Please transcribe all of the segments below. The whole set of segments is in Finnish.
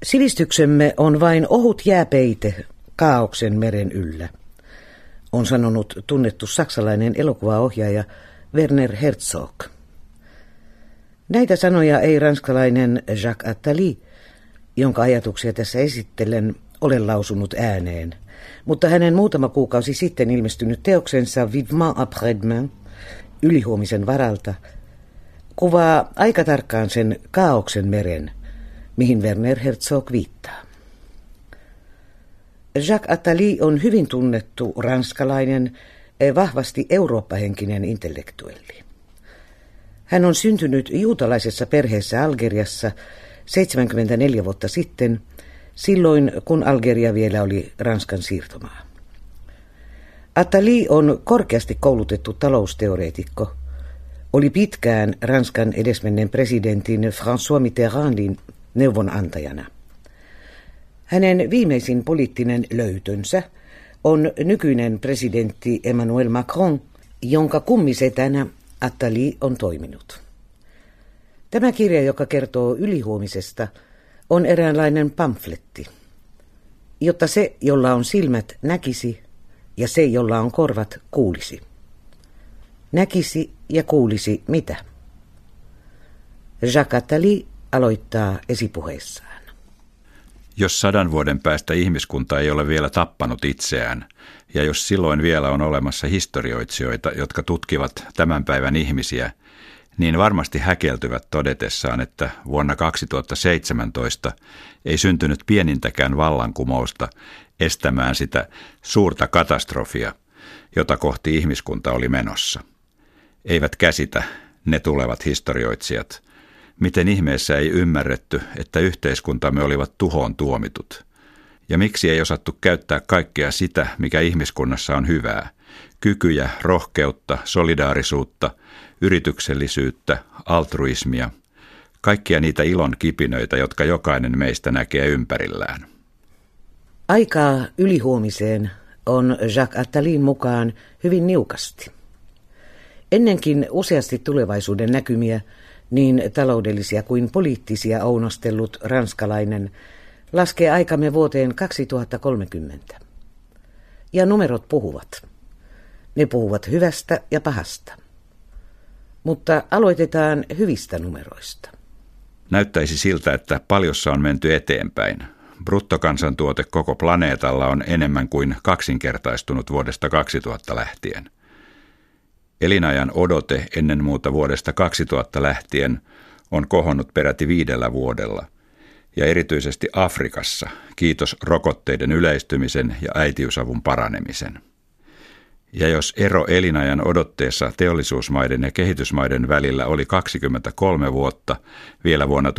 Sivistyksemme on vain ohut jääpeite kaaoksen meren yllä, on sanonut tunnettu saksalainen elokuvaohjaaja Werner Herzog. Näitä sanoja ei ranskalainen Jacques Attali, jonka ajatuksia tässä esittelen, ole lausunut ääneen, mutta hänen muutama kuukausi sitten ilmestynyt teoksensa Vivement après-demain, ylihuomisen varalta, kuvaa aika tarkkaan sen kaaoksen meren, mihin Werner Herzog viittaa. Jacques Attali on hyvin tunnettu ranskalainen, vahvasti eurooppahenkinen intellektuelli. Hän on syntynyt juutalaisessa perheessä Algeriassa 74 vuotta sitten, silloin kun Algeria vielä oli Ranskan siirtomaa. Attali on korkeasti koulutettu talousteoreetikko. Oli pitkään Ranskan edesmenneen presidentin François Mitterrandin neuvonantajana. Hänen viimeisin poliittinen löytönsä on nykyinen presidentti Emmanuel Macron, jonka kummisetänä Attali on toiminut. Tämä kirja, joka kertoo ylihuomisesta, on eräänlainen pamfletti, jotta se, jolla on silmät, näkisi ja se, jolla on korvat, kuulisi. Näkisi ja kuulisi mitä? Jacques Attali aloittaa esipuheessaan. Jos 100 vuoden päästä ihmiskunta ei ole vielä tappanut itseään, ja jos silloin vielä on olemassa historioitsijoita, jotka tutkivat tämän päivän ihmisiä, niin varmasti häkeltyvät todetessaan, että vuonna 2017 ei syntynyt pienintäkään vallankumousta estämään sitä suurta katastrofia, jota kohti ihmiskunta oli menossa. Eivät käsitä ne tulevat historioitsijat. Miten ihmeessä ei ymmärretty, että yhteiskuntamme olivat tuhoon tuomitut? Ja miksi ei osattu käyttää kaikkea sitä, mikä ihmiskunnassa on hyvää? Kykyjä, rohkeutta, solidaarisuutta, yrityksellisyyttä, altruismia. Kaikkia niitä ilon kipinöitä, jotka jokainen meistä näkee ympärillään. Aikaa ylihuomiseen on Jacques Attalin mukaan hyvin niukasti. Ennenkin useasti tulevaisuuden näkymiä, niin taloudellisia kuin poliittisia ounostellut ranskalainen laskee aikamme vuoteen 2030. Ja numerot puhuvat. Ne puhuvat hyvästä ja pahasta. Mutta aloitetaan hyvistä numeroista. Näyttäisi siltä, että paljossa on menty eteenpäin. Bruttokansantuote koko planeetalla on enemmän kuin kaksinkertaistunut vuodesta 2000 lähtien. Elinajan odote ennen muuta vuodesta 2000 lähtien on kohonnut peräti 5 vuodella, ja erityisesti Afrikassa, kiitos rokotteiden yleistymisen ja äitiysavun paranemisen. Ja jos ero elinajan odotteessa teollisuusmaiden ja kehitysmaiden välillä oli 23 vuotta vielä vuonna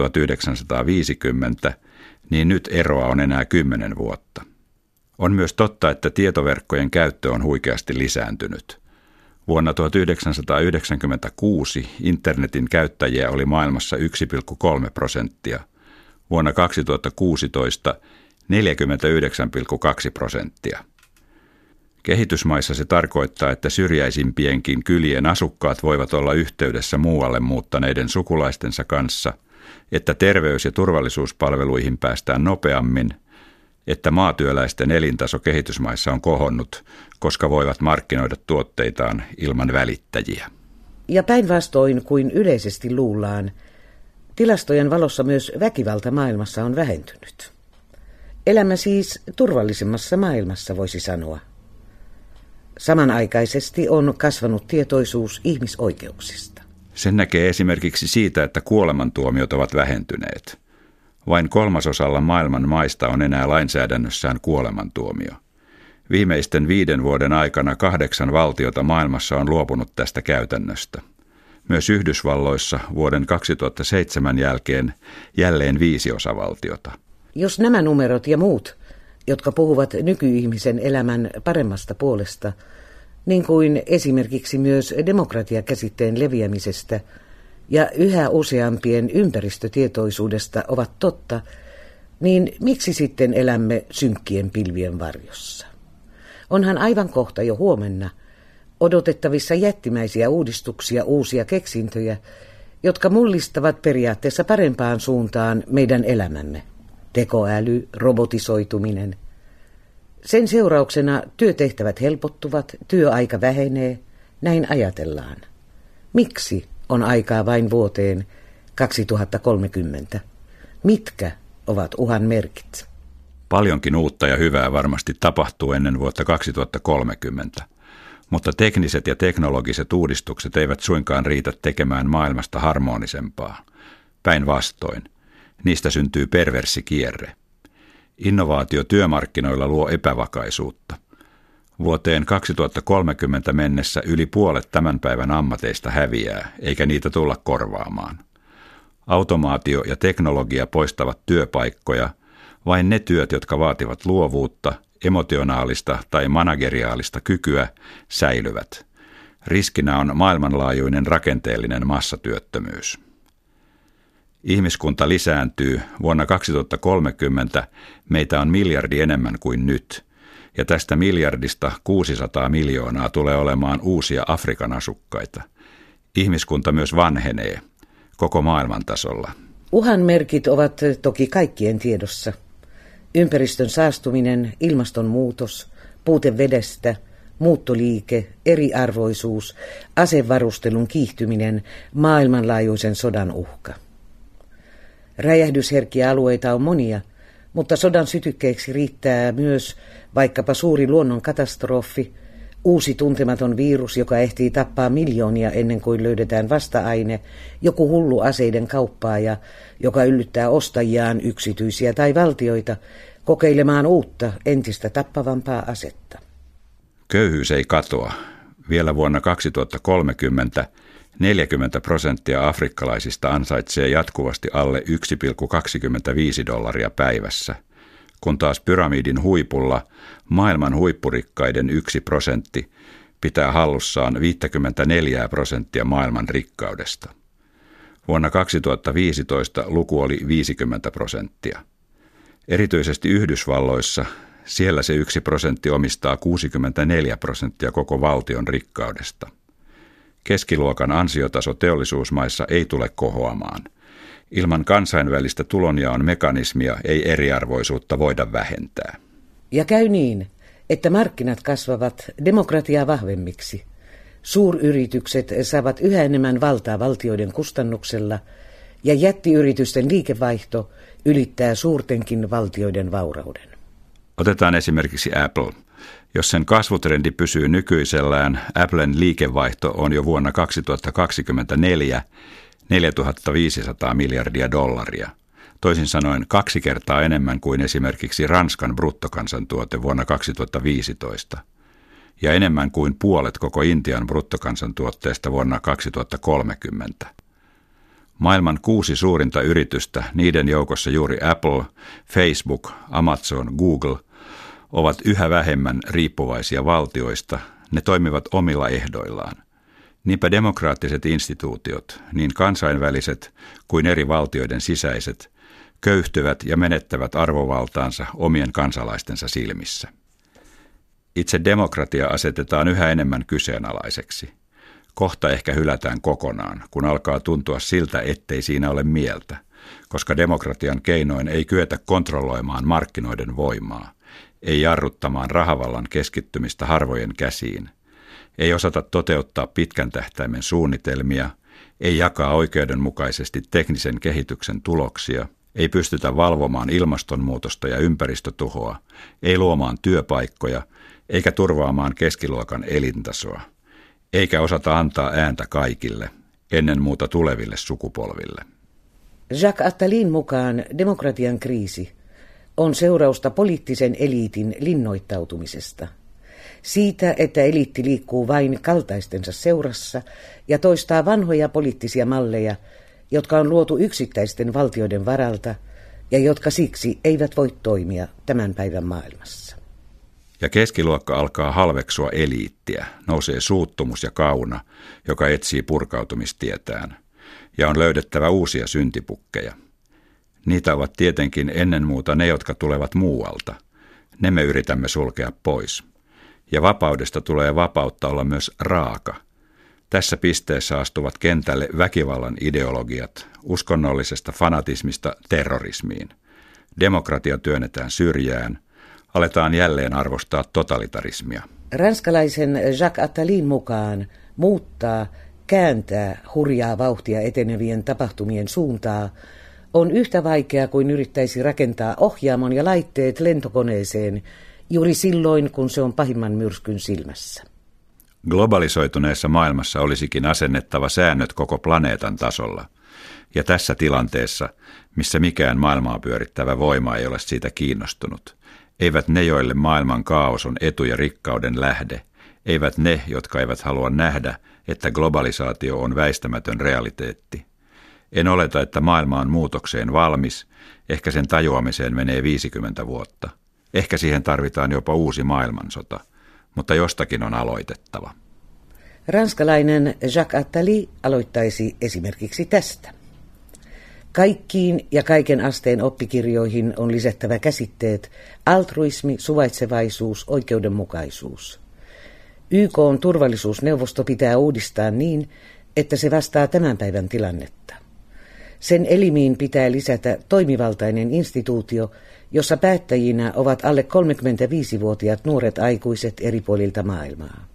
1950, niin nyt eroa on enää 10 vuotta. On myös totta, että tietoverkkojen käyttö on huikeasti lisääntynyt. Vuonna 1996 internetin käyttäjiä oli maailmassa 1,3%, vuonna 2016 49,2%. Kehitysmaissa se tarkoittaa, että syrjäisimpienkin kylien asukkaat voivat olla yhteydessä muualle muuttaneiden sukulaistensa kanssa, että terveys- ja turvallisuuspalveluihin päästään nopeammin, että maatyöläisten elintaso kehitysmaissa on kohonnut, koska voivat markkinoida tuotteitaan ilman välittäjiä. Ja päinvastoin kuin yleisesti luullaan, tilastojen valossa myös väkivalta maailmassa on vähentynyt. Elämme siis turvallisemmassa maailmassa, voisi sanoa. Samanaikaisesti on kasvanut tietoisuus ihmisoikeuksista. Sen näkee esimerkiksi siitä, että kuolemantuomiot ovat vähentyneet. Vain 1/3 maailman maista on enää lainsäädännössään kuolemantuomio. Viimeisten 5 vuoden aikana 8 valtiota maailmassa on luopunut tästä käytännöstä. Myös Yhdysvalloissa vuoden 2007 jälkeen jälleen 5 osavaltiota. Jos nämä numerot ja muut, jotka puhuvat nykyihmisen elämän paremmasta puolesta, niin kuin esimerkiksi myös demokratiakäsitteen leviämisestä ja yhä useampien ympäristötietoisuudesta ovat totta, niin miksi sitten elämme synkkien pilvien varjossa? Onhan aivan kohta jo huomenna odotettavissa jättimäisiä uudistuksia, uusia keksintöjä, jotka mullistavat periaatteessa parempaan suuntaan meidän elämämme. tekoäly, robotisoituminen. Sen seurauksena työtehtävät helpottuvat, työaika vähenee, näin ajatellaan. Miksi on aikaa vain vuoteen 2030? Mitkä ovat uhan merkit? Paljonkin uutta ja hyvää varmasti tapahtuu ennen vuotta 2030, mutta tekniset ja teknologiset uudistukset eivät suinkaan riitä tekemään maailmasta harmonisempaa. Päinvastoin, niistä syntyy perverssi kierre. Innovaatio työmarkkinoilla luo epävakaisuutta. Vuoteen 2030 mennessä yli puolet tämän päivän ammateista häviää, eikä niitä tulla korvaamaan. Automaatio ja teknologia poistavat työpaikkoja, vain ne työt, jotka vaativat luovuutta, emotionaalista tai manageriaalista kykyä, säilyvät. Riskinä on maailmanlaajuinen rakenteellinen massatyöttömyys. Ihmiskunta lisääntyy. Vuonna 2030 meitä on 1 miljardi enemmän kuin nyt, ja tästä miljardista 600 miljoonaa tulee olemaan uusia Afrikan asukkaita. Ihmiskunta myös vanhenee koko maailman tasolla. Uhan merkit ovat toki kaikkien tiedossa. Ympäristön saastuminen, ilmastonmuutos, puute vedestä, muuttoliike, eriarvoisuus, asevarustelun kiihtyminen, maailmanlaajuisen sodan uhka. Räjähdysherkkiä alueita on monia, mutta sodan sytykkeeksi riittää myös vaikkapa suuri luonnonkatastrofi, uusi tuntematon virus, joka ehtii tappaa miljoonia ennen kuin löydetään vasta-aine, joku hullu aseiden kauppaaja, joka yllyttää ostajiaan, yksityisiä tai valtioita, kokeilemaan uutta, entistä tappavampaa asetta. Köyhyys ei katoa. Vielä vuonna 2030 40% afrikkalaisista ansaitsee jatkuvasti alle $1,25 päivässä, kun taas pyramidin huipulla maailman huippurikkaiden 1% pitää hallussaan 54% maailman rikkaudesta. Vuonna 2015 luku oli 50%. Erityisesti Yhdysvalloissa siellä se 1% omistaa 64% koko valtion rikkaudesta. Keskiluokan ansiotaso teollisuusmaissa ei tule kohoamaan. Ilman kansainvälistä tulonjaon mekanismia ei eriarvoisuutta voida vähentää. Ja käy niin, että markkinat kasvavat demokratiaa vahvemmiksi. Suuryritykset saavat yhä enemmän valtaa valtioiden kustannuksella ja jättiyritysten liikevaihto ylittää suurtenkin valtioiden vaurauden. Otetaan esimerkiksi Apple. Jos sen kasvutrendi pysyy nykyisellään, Applen liikevaihto on jo vuonna 2024 $4,500 miljardia. Toisin sanoen 2 kertaa enemmän kuin esimerkiksi Ranskan bruttokansantuote vuonna 2015 ja enemmän kuin puolet koko Intian bruttokansantuotteesta vuonna 2030. Maailman 6 suurinta yritystä, niiden joukossa juuri Apple, Facebook, Amazon, Google, ovat yhä vähemmän riippuvaisia valtioista, ne toimivat omilla ehdoillaan. Niinpä demokraattiset instituutiot, niin kansainväliset kuin eri valtioiden sisäiset, köyhtyvät ja menettävät arvovaltaansa omien kansalaistensa silmissä. Itse demokratia asetetaan yhä enemmän kyseenalaiseksi. Kohta ehkä hylätään kokonaan, kun alkaa tuntua siltä, ettei siinä ole mieltä, koska demokratian keinoin ei kyetä kontrolloimaan markkinoiden voimaa, ei jarruttamaan rahavallan keskittymistä harvojen käsiin, ei osata toteuttaa pitkän tähtäimen suunnitelmia, ei jakaa oikeudenmukaisesti teknisen kehityksen tuloksia, ei pystytä valvomaan ilmastonmuutosta ja ympäristötuhoa, ei luomaan työpaikkoja, eikä turvaamaan keskiluokan elintasoa, eikä osata antaa ääntä kaikille, ennen muuta tuleville sukupolville. Jacques Attalin mukaan demokratian kriisi on seurausta poliittisen eliitin linnoittautumisesta. Siitä, että eliitti liikkuu vain kaltaistensa seurassa ja toistaa vanhoja poliittisia malleja, jotka on luotu yksittäisten valtioiden varalta ja jotka siksi eivät voi toimia tämän päivän maailmassa. Ja keskiluokka alkaa halveksua eliittiä, nousee suuttumus ja kauna, joka etsii purkautumistietään, ja on löydettävä uusia syntipukkeja. Niitä ovat tietenkin ennen muuta ne, jotka tulevat muualta. Ne me yritämme sulkea pois. Ja vapaudesta tulee vapautta olla myös raaka. Tässä pisteessä astuvat kentälle väkivallan ideologiat, uskonnollisesta fanatismista terrorismiin. Demokratia työnnetään syrjään, aletaan jälleen arvostaa totalitarismia. Ranskalaisen Jacques Attalin mukaan muuttaa, kääntää hurjaa vauhtia etenevien tapahtumien suuntaa on yhtä vaikeaa kuin yrittäisi rakentaa ohjaamon ja laitteet lentokoneeseen juuri silloin, kun se on pahimman myrskyn silmässä. Globalisoituneessa maailmassa olisikin asennettava säännöt koko planeetan tasolla. Ja tässä tilanteessa, missä mikään maailmaa pyörittävä voima ei ole siitä kiinnostunut, eivät ne, joille maailman kaos on etu ja rikkauden lähde, eivät ne, jotka eivät halua nähdä, että globalisaatio on väistämätön realiteetti. En oleta, että maailma on muutokseen valmis, ehkä sen tajuamiseen menee 50 vuotta. Ehkä siihen tarvitaan jopa uusi maailmansota, mutta jostakin on aloitettava. Ranskalainen Jacques Attali aloittaisi esimerkiksi tästä. Kaikkiin ja kaiken asteen oppikirjoihin on lisättävä käsitteet altruismi, suvaitsevaisuus, oikeudenmukaisuus. YK:n turvallisuusneuvosto pitää uudistaa niin, että se vastaa tämän päivän tilannetta. Sen elimiin pitää lisätä toimivaltainen instituutio, jossa päättäjinä ovat alle 35-vuotiaat nuoret aikuiset eri puolilta maailmaa.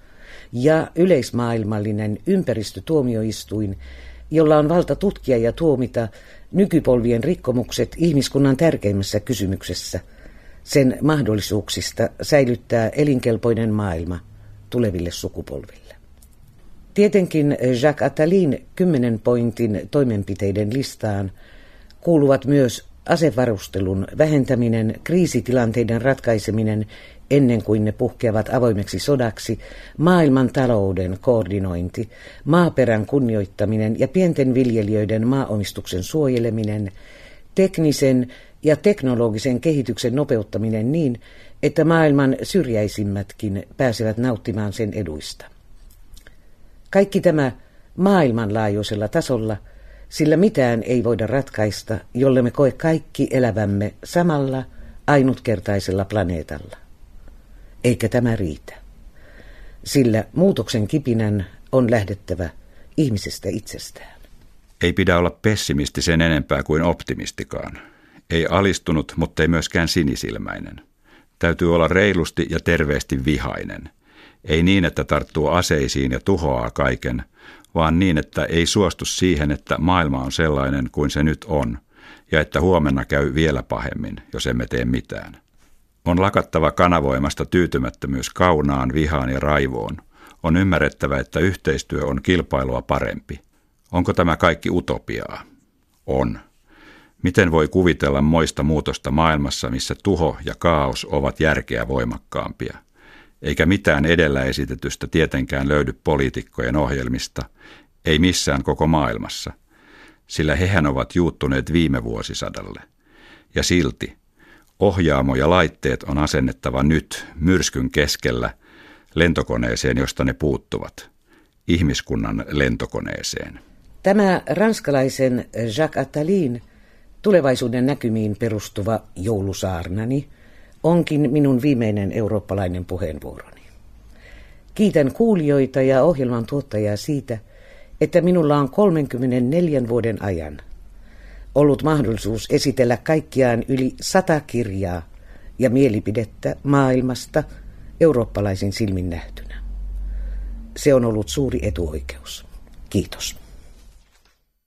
Ja yleismaailmallinen ympäristötuomioistuin, jolla on valta tutkia ja tuomita nykypolvien rikkomukset ihmiskunnan tärkeimmässä kysymyksessä, sen mahdollisuuksista säilyttää elinkelpoinen maailma tuleville sukupolville. Tietenkin Jacques Attalin 10 pointin toimenpiteiden listaan kuuluvat myös asevarustelun vähentäminen, kriisitilanteiden ratkaiseminen ennen kuin ne puhkeavat avoimeksi sodaksi, maailman talouden koordinointi, maaperän kunnioittaminen ja pienten viljelijöiden maaomistuksen suojeleminen, teknisen ja teknologisen kehityksen nopeuttaminen niin, että maailman syrjäisimmätkin pääsevät nauttimaan sen eduista. Kaikki tämä maailmanlaajuisella tasolla, sillä mitään ei voida ratkaista, jolle me koe kaikki elävämme samalla ainutkertaisella planeetalla. Eikä tämä riitä, sillä muutoksen kipinän on lähdettävä ihmisestä itsestään. Ei pidä olla pessimisti sen enempää kuin optimistikaan. Ei alistunut, mutta ei myöskään sinisilmäinen. Täytyy olla reilusti ja terveesti vihainen. Ei niin, että tarttuu aseisiin ja tuhoaa kaiken, vaan niin, että ei suostu siihen, että maailma on sellainen kuin se nyt on, ja että huomenna käy vielä pahemmin, jos emme tee mitään. On lakattava kanavoimasta tyytymättömyys kaunaan, vihaan ja raivoon. On ymmärrettävä, että yhteistyö on kilpailua parempi. Onko tämä kaikki utopiaa? On. Miten voi kuvitella moista muutosta maailmassa, missä tuho ja kaos ovat järkeä voimakkaampia? Eikä mitään edellä esitetystä tietenkään löydy poliitikkojen ohjelmista, ei missään koko maailmassa, sillä hehän ovat juuttuneet viime vuosisadalle. Ja silti ohjaamo ja laitteet on asennettava nyt myrskyn keskellä lentokoneeseen, josta ne puuttuvat, ihmiskunnan lentokoneeseen. Tämä ranskalaisen Jacques Attalin tulevaisuuden näkymiin perustuva joulusaarnani onkin minun viimeinen eurooppalainen puheenvuoroni. Kiitän kuulijoita ja ohjelman tuottajaa siitä, että minulla on 34 vuoden ajan ollut mahdollisuus esitellä kaikkiaan yli 100 kirjaa ja mielipidettä maailmasta eurooppalaisin silmin nähtynä. Se on ollut suuri etuoikeus. Kiitos.